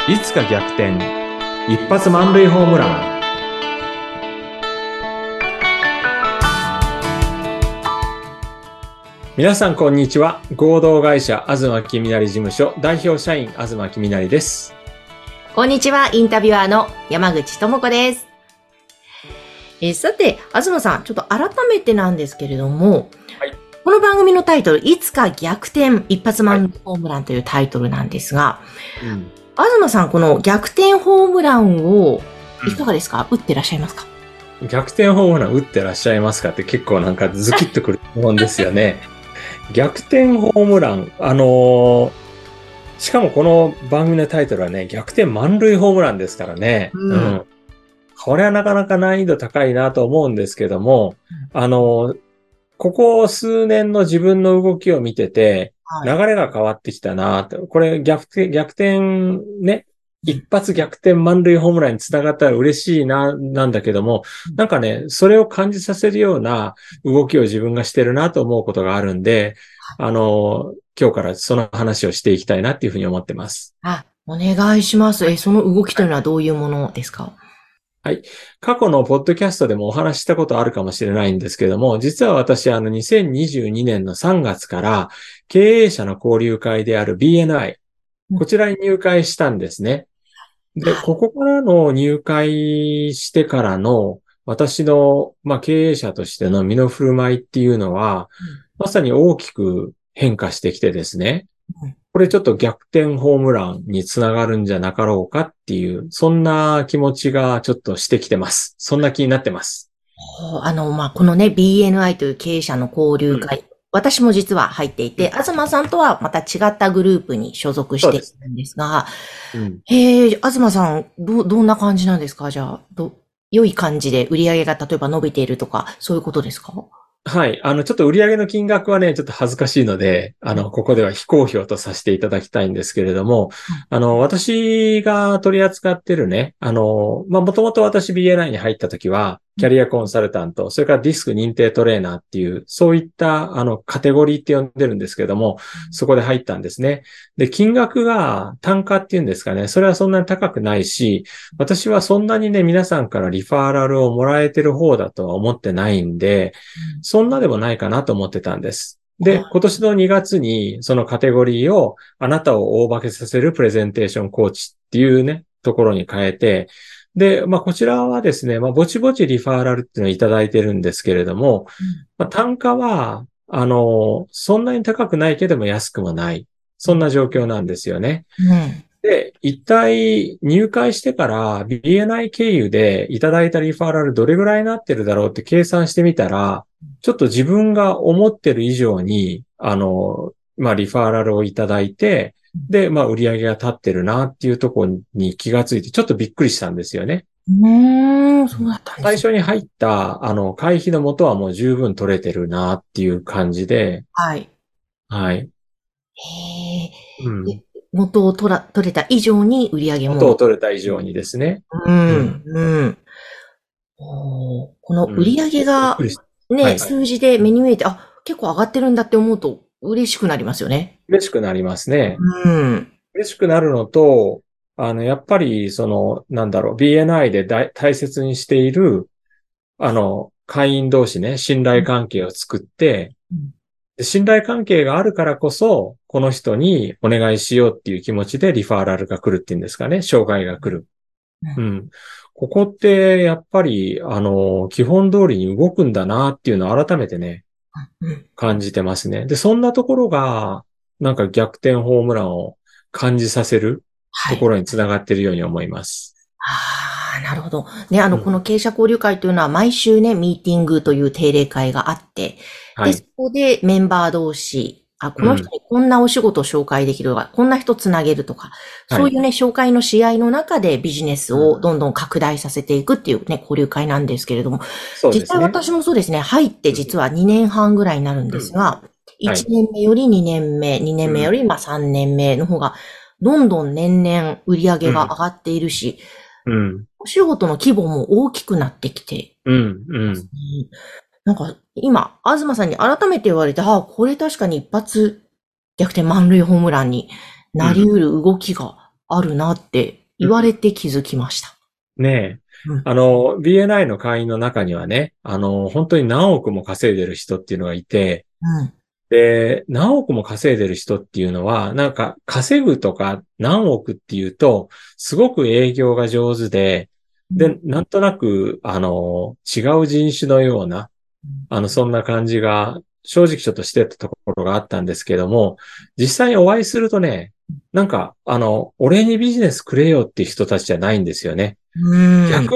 いつか逆転、一発満塁ホームラン。皆さんこんにちは。合同会社東君成事務所代表社員東君成です。 こんにちは。インタビュアーの山口智子です。さて、東さん、ちょっと改めてなんですけれども、はい、この番組のタイトル、いつか逆転一発満塁ホームランというタイトルなんですが、東さん、この逆転ホームランをいかがですか？打ってらっしゃいますか？ 逆転ホームラン打ってらっしゃいますかって結構なんかズキッとくると思うんですよね。逆転ホームラン、しかもこの番組のタイトルはね、逆転満塁ホームランですからね。これはなかなか難易度高いなと思うんですけども、ここ数年の自分の動きを見てて、流れが変わってきたなと。これ逆転ね、一発逆転満塁ホームランにつながったら嬉しいなんだけども、なんかね、それを感じさせるような動きを自分がしてるなと思うことがあるんで、今日からその話をしていきたいなっていうふうに思ってます。 お願いします。その動きというのはどういうものですか？ はい。過去のポッドキャストでもお話ししたことあるかもしれないんですけども、実は私、2022年の3月から経営者の交流会である BNI、こちらに入会したんですね。で、ここからの入会してからの私の、経営者としての身の振る舞いっていうのは、まさに大きく変化してきてですね。これちょっと逆転ホームランにつながるんじゃなかろうかっていう、そんな気持ちがちょっとしてきてます。そんな気になってます。 このね、BNI という経営者の交流会、私も実は入っていて、東さんとはまた違ったグループに所属しているんですが、東さん、どんな感じなんですか？じゃあ、良い感じで売り上げが例えば伸びているとか、そういうことですか？ はい。ちょっと売上の金額はね、ちょっと恥ずかしいので、ここでは非公表とさせていただきたいんですけれども、私が取り扱ってるね、もともと私 BNI に入った時は、キャリアコンサルタント、それからディスク認定トレーナーっていう、そういった、カテゴリーって呼んでるんですけども、そこで入ったんですね。で、金額が単価っていうんですかね、それはそんなに高くないし、私はそんなにね、皆さんからリファーラルをもらえてる方だとは思ってないんで、そんなでもないかなと思ってたんです。で、今年の2月にそのカテゴリーをあなたを大化けさせるプレゼンテーションコーチっていうね、ところに変えて、で、こちらはですね、ぼちぼちリファーラルっていうのをいただいてるんですけれども、単価は、そんなに高くないけども安くもない。そんな状況なんですよね。で、一体入会してから BNI 経由でいただいたリファーラルどれぐらいになってるだろうって計算してみたら、ちょっと自分が思ってる以上に、リファーラルをいただいて、で、売り上げが立ってるなっていうところに気がついて、ちょっとびっくりしたんですよね。 そうだったんですね。 最初に入った、会費の元はもう十分取れてるなっていう感じで、 はい。 はい。 元を取れた以上に売り上げも。 元を取れた以上にですね。 この売り上げが、ね、数字で目に見えて、結構上がってるんだって思うと嬉しくなりますよね。 嬉しくなりますね。嬉しくなるのと、やっぱり、BNI で大切にしている、会員同士ね、信頼関係を作って、信頼関係があるからこそ、この人にお願いしようっていう気持ちでリファーラルが来るっていうんですかね、紹介が来る。ここって、やっぱり、基本通りに動くんだなっていうのを改めてね、感じてますね。で、そんなところが、なんか逆転ホームランを感じさせるところにつながっているように思います。 なるほど。ね、この経営者交流会というのは毎週ね、ミーティングという定例会があって、で、そこでメンバー同士、この人にこんなお仕事を紹介できるとか、こんな人つなげるとか、そういうね、紹介の試合の中でビジネスをどんどん拡大させていくっていうね、交流会なんですけれども、実際私もそうですね、入って実は2年半ぐらいになるんですが、1年目より2年目、2年目より3年目の方が、どんどん年々売り上げが上がっているし、お仕事の規模も大きくなってきて、なんか今、東さんに改めて言われて、これ確かに一発逆転満塁ホームランになり得る動きがあるなって言われて気づきました。 ねえ。 うん。 BNI の会員の中にはね、本当に何億も稼いでる人っていうのがいて、 うん。 で、何億も稼いでる人っていうのは、なんか稼ぐとか何億っていうと、すごく営業が上手で、で、なんとなく、違う人種のような、そんな感じが、正直ちょっとしてたところがあったんですけども、実際にお会いするとね、なんか、俺にビジネスくれよっていう人たちじゃないんですよね。 うん。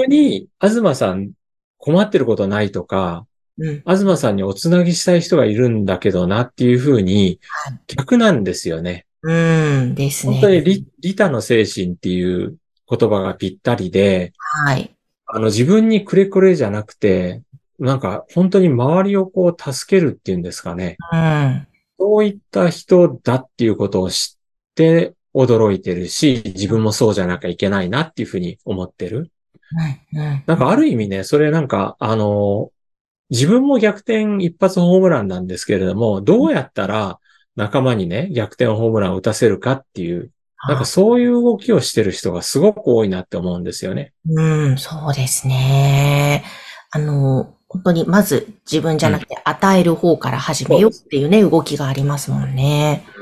逆に、東さん困ってることないとか、 うん。 東さんにおつなぎしたい人がいるんだけどなっていうふうに、逆なんですよね。 うんですね。 本当に利他の精神っていう言葉がぴったりで、 はい。 自分にくれくれじゃなくて、なんか本当に周りをこう助けるっていうんですかね。 うん。 そういった人だっていうことを知って驚いてるし、自分もそうじゃなきゃいけないなっていうふうに思ってる。 うん。 なんかある意味ね、それなんか、自分も逆転一発ホームランなんですけれども、どうやったら仲間にね、逆転ホームランを打たせるかっていう、なんかあ、 そういう動きをしてる人がすごく多いなって思うんですよね。 うん、そうですね。本当にまず自分じうん。 ゃなくて与える方から始めようそうです。 っていうね、動きがありますもんね。 うん。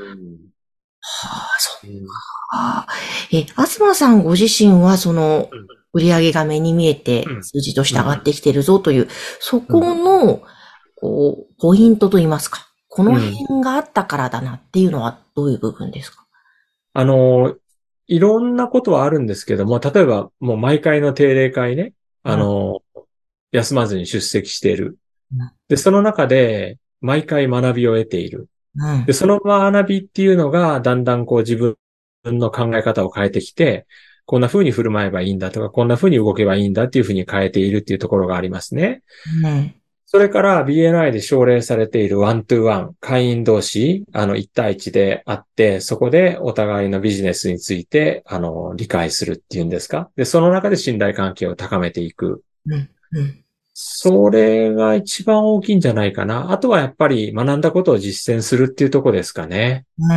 はあ、そううん。 か。東さんご自身はうん。 売上が目に見えてうん。 数字としてうん。 上がってきてるぞという、そうん。 この、ポイントといいますか、このうん。 辺があったからだなっていうのはどういう部分ですか？ あの、いろんなことはあるんですけども、例えばもう毎回の定例会ね、 うん、 休まずに出席している。 うん、 で、その中で毎回学びを得ている。で、 うん、 その学びっていうのが、だんだんこう自分の考え方を変えてきて、こんな風に振る舞えばいいんだとか、こんな風に動けばいいんだっていう風に変えているっていうところがありますね。 うん、 それから BNI で奨励されているワントゥーワン、会員同士、1対1で会って、そこでお互いのビジネスについて、理解するっていうんですか。で、その中で信頼関係を高めていく。 うん、うん。 それが一番大きいんじゃないかな。あとはやっぱり学んだことを実践するっていうところですかね。 うん、うん、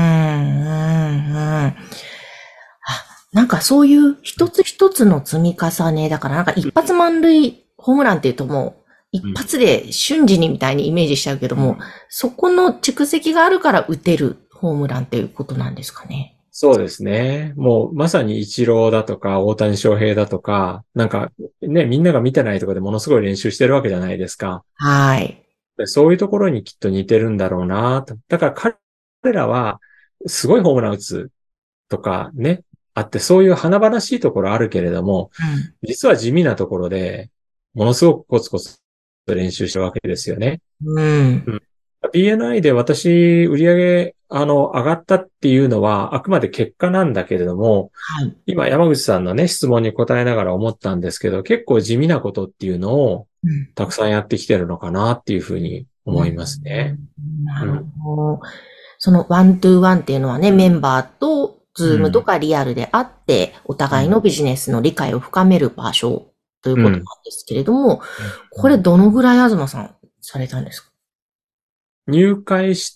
うん。なんかそういう一つ一つの積み重ね、だからなんか一発満塁ホームランっていうともう一うん。 発で瞬時にみたいにイメージしちゃうけども、 うん。 そこの蓄積があるから打てるホームランっていうことなんですかね。 そうですね。もうまさにイチローだとか大谷翔平だとか、なんかね、みんなが見てないところでものすごい練習してるわけじゃないですか。 はい。 でそういうところにきっと似てるんだろうなと。だから彼らはすごいホームラン打つとかね、あってそういう華々しいところあるけれども、 うん。 実は地味なところでものすごくコツコツと練習してるわけですよね。 うん。 うん。BNI で私、売上上がったっていうのは、あくまで結果なんだけれども、 はい。 今、山口さんのね、質問に答えながら思ったんですけど、結構地味なことっていうのを、 うん。 たくさんやってきてるのかなっていうふうに思いますね。 うん。なるうん。 ほど。そのワントゥーワンっていうのはね、 うん。 メンバーとズームとうん。 かリアルで会って、お互いのうん。 ビジネスの理解を深める場所ということなんうん。 ですけれども、 うん。 これどのぐらい東さんされたんですか？ 入会して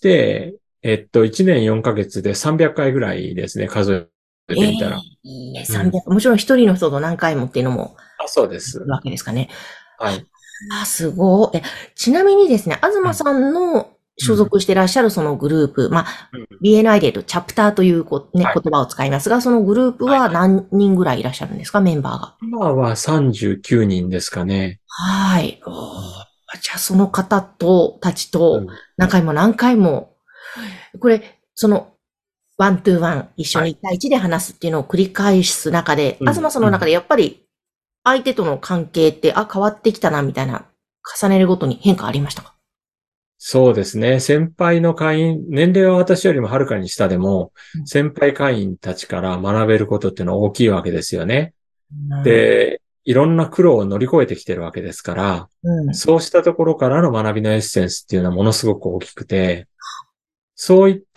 、1年4ヶ月で300回ぐらいですね、数えええ、 てみたら。 いいね、 うん。 300。もちろん一人の人と何回もっていうのもあ、そうでいす。 るわけですかね。 はい。 あ、すごい。ちなみにですね、 うん。 東さんのうん。 所属していらっしゃるそのグループ、まあ、 うん。 BNI で言うとチャプターというね、 はい。 言葉を使いますが、そのグループはい。 は何人ぐらいいらっしゃるんですか、メンバーが。 今は39人ですかね。 はい。 うん。 じゃあその方たちとうん。 何回も何回も、これ、その、ワントゥーワン、一緒はい。 に一対一で話すっていうのを繰り返す中で、 うん。 東さんの中うん。 でやっぱり相手との関係って、変わってきたな、みたいな、重ねるごとに変化ありましたか？ そうですね。先輩の会員、年齢は私よりもはるかに下でも、 うん。 先輩会員たちから学べることっていうのは大きいわけですよね。 うん。 で、いろんな苦労を乗り越えてきてるわけですから、 うん。 そうしたところからの学びのエッセンスっていうのはものすごく大きくて、そういった、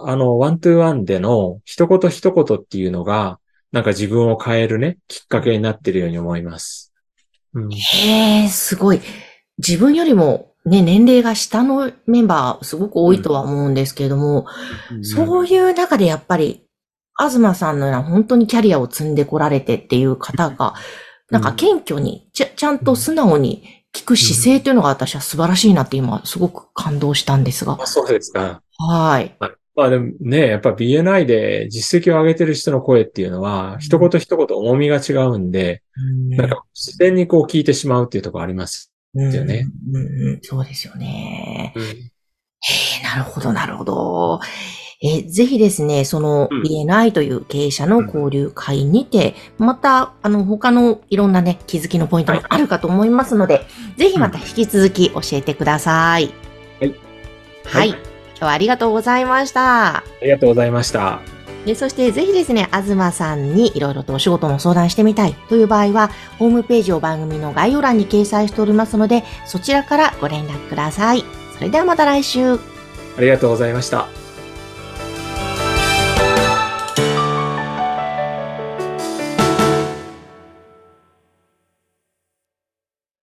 ワントゥーワンでの一言一言っていうのが、なんか自分を変えるね、きっかけになっているように思います。うん。 へえ、すごい。自分よりもね、年齢が下のメンバーすごく多いとうん。 は思うんですけれども、 うん。うん。 そういう中でやっぱり東さんのような本当にキャリアを積んでこられてっていう方が、なんか謙虚に、ちゃんと素直に聞く姿勢というのが私は素晴らしいなって今すごく感動したんですが。 そうですか。 はい。 まあでもね、やっぱ BNI で実績を上げてる人の声っていうのは、一言一言重みが違うんで、なんか自然にこう聞いてしまうっていうところありますよね。 そうですよね。 うん。 なるほど、なるほど。ぜひですね、そのうん。 BNI という経営者のうん。 交流会にて、また、他のいろんなね、気づきのポイントはい。 もあるかと思いますので、ぜひうん。 また引き続き教えてください。 はい。ははい。 い。 今日はありがとうございました。 ありがとうございました。 そしてぜひですね、東さんにいろいろとお仕事の相談してみたいという場合は、ホームページを番組の概要欄に掲載しておりますので、そちらからご連絡ください。それではまた来週。 ありがとうございました。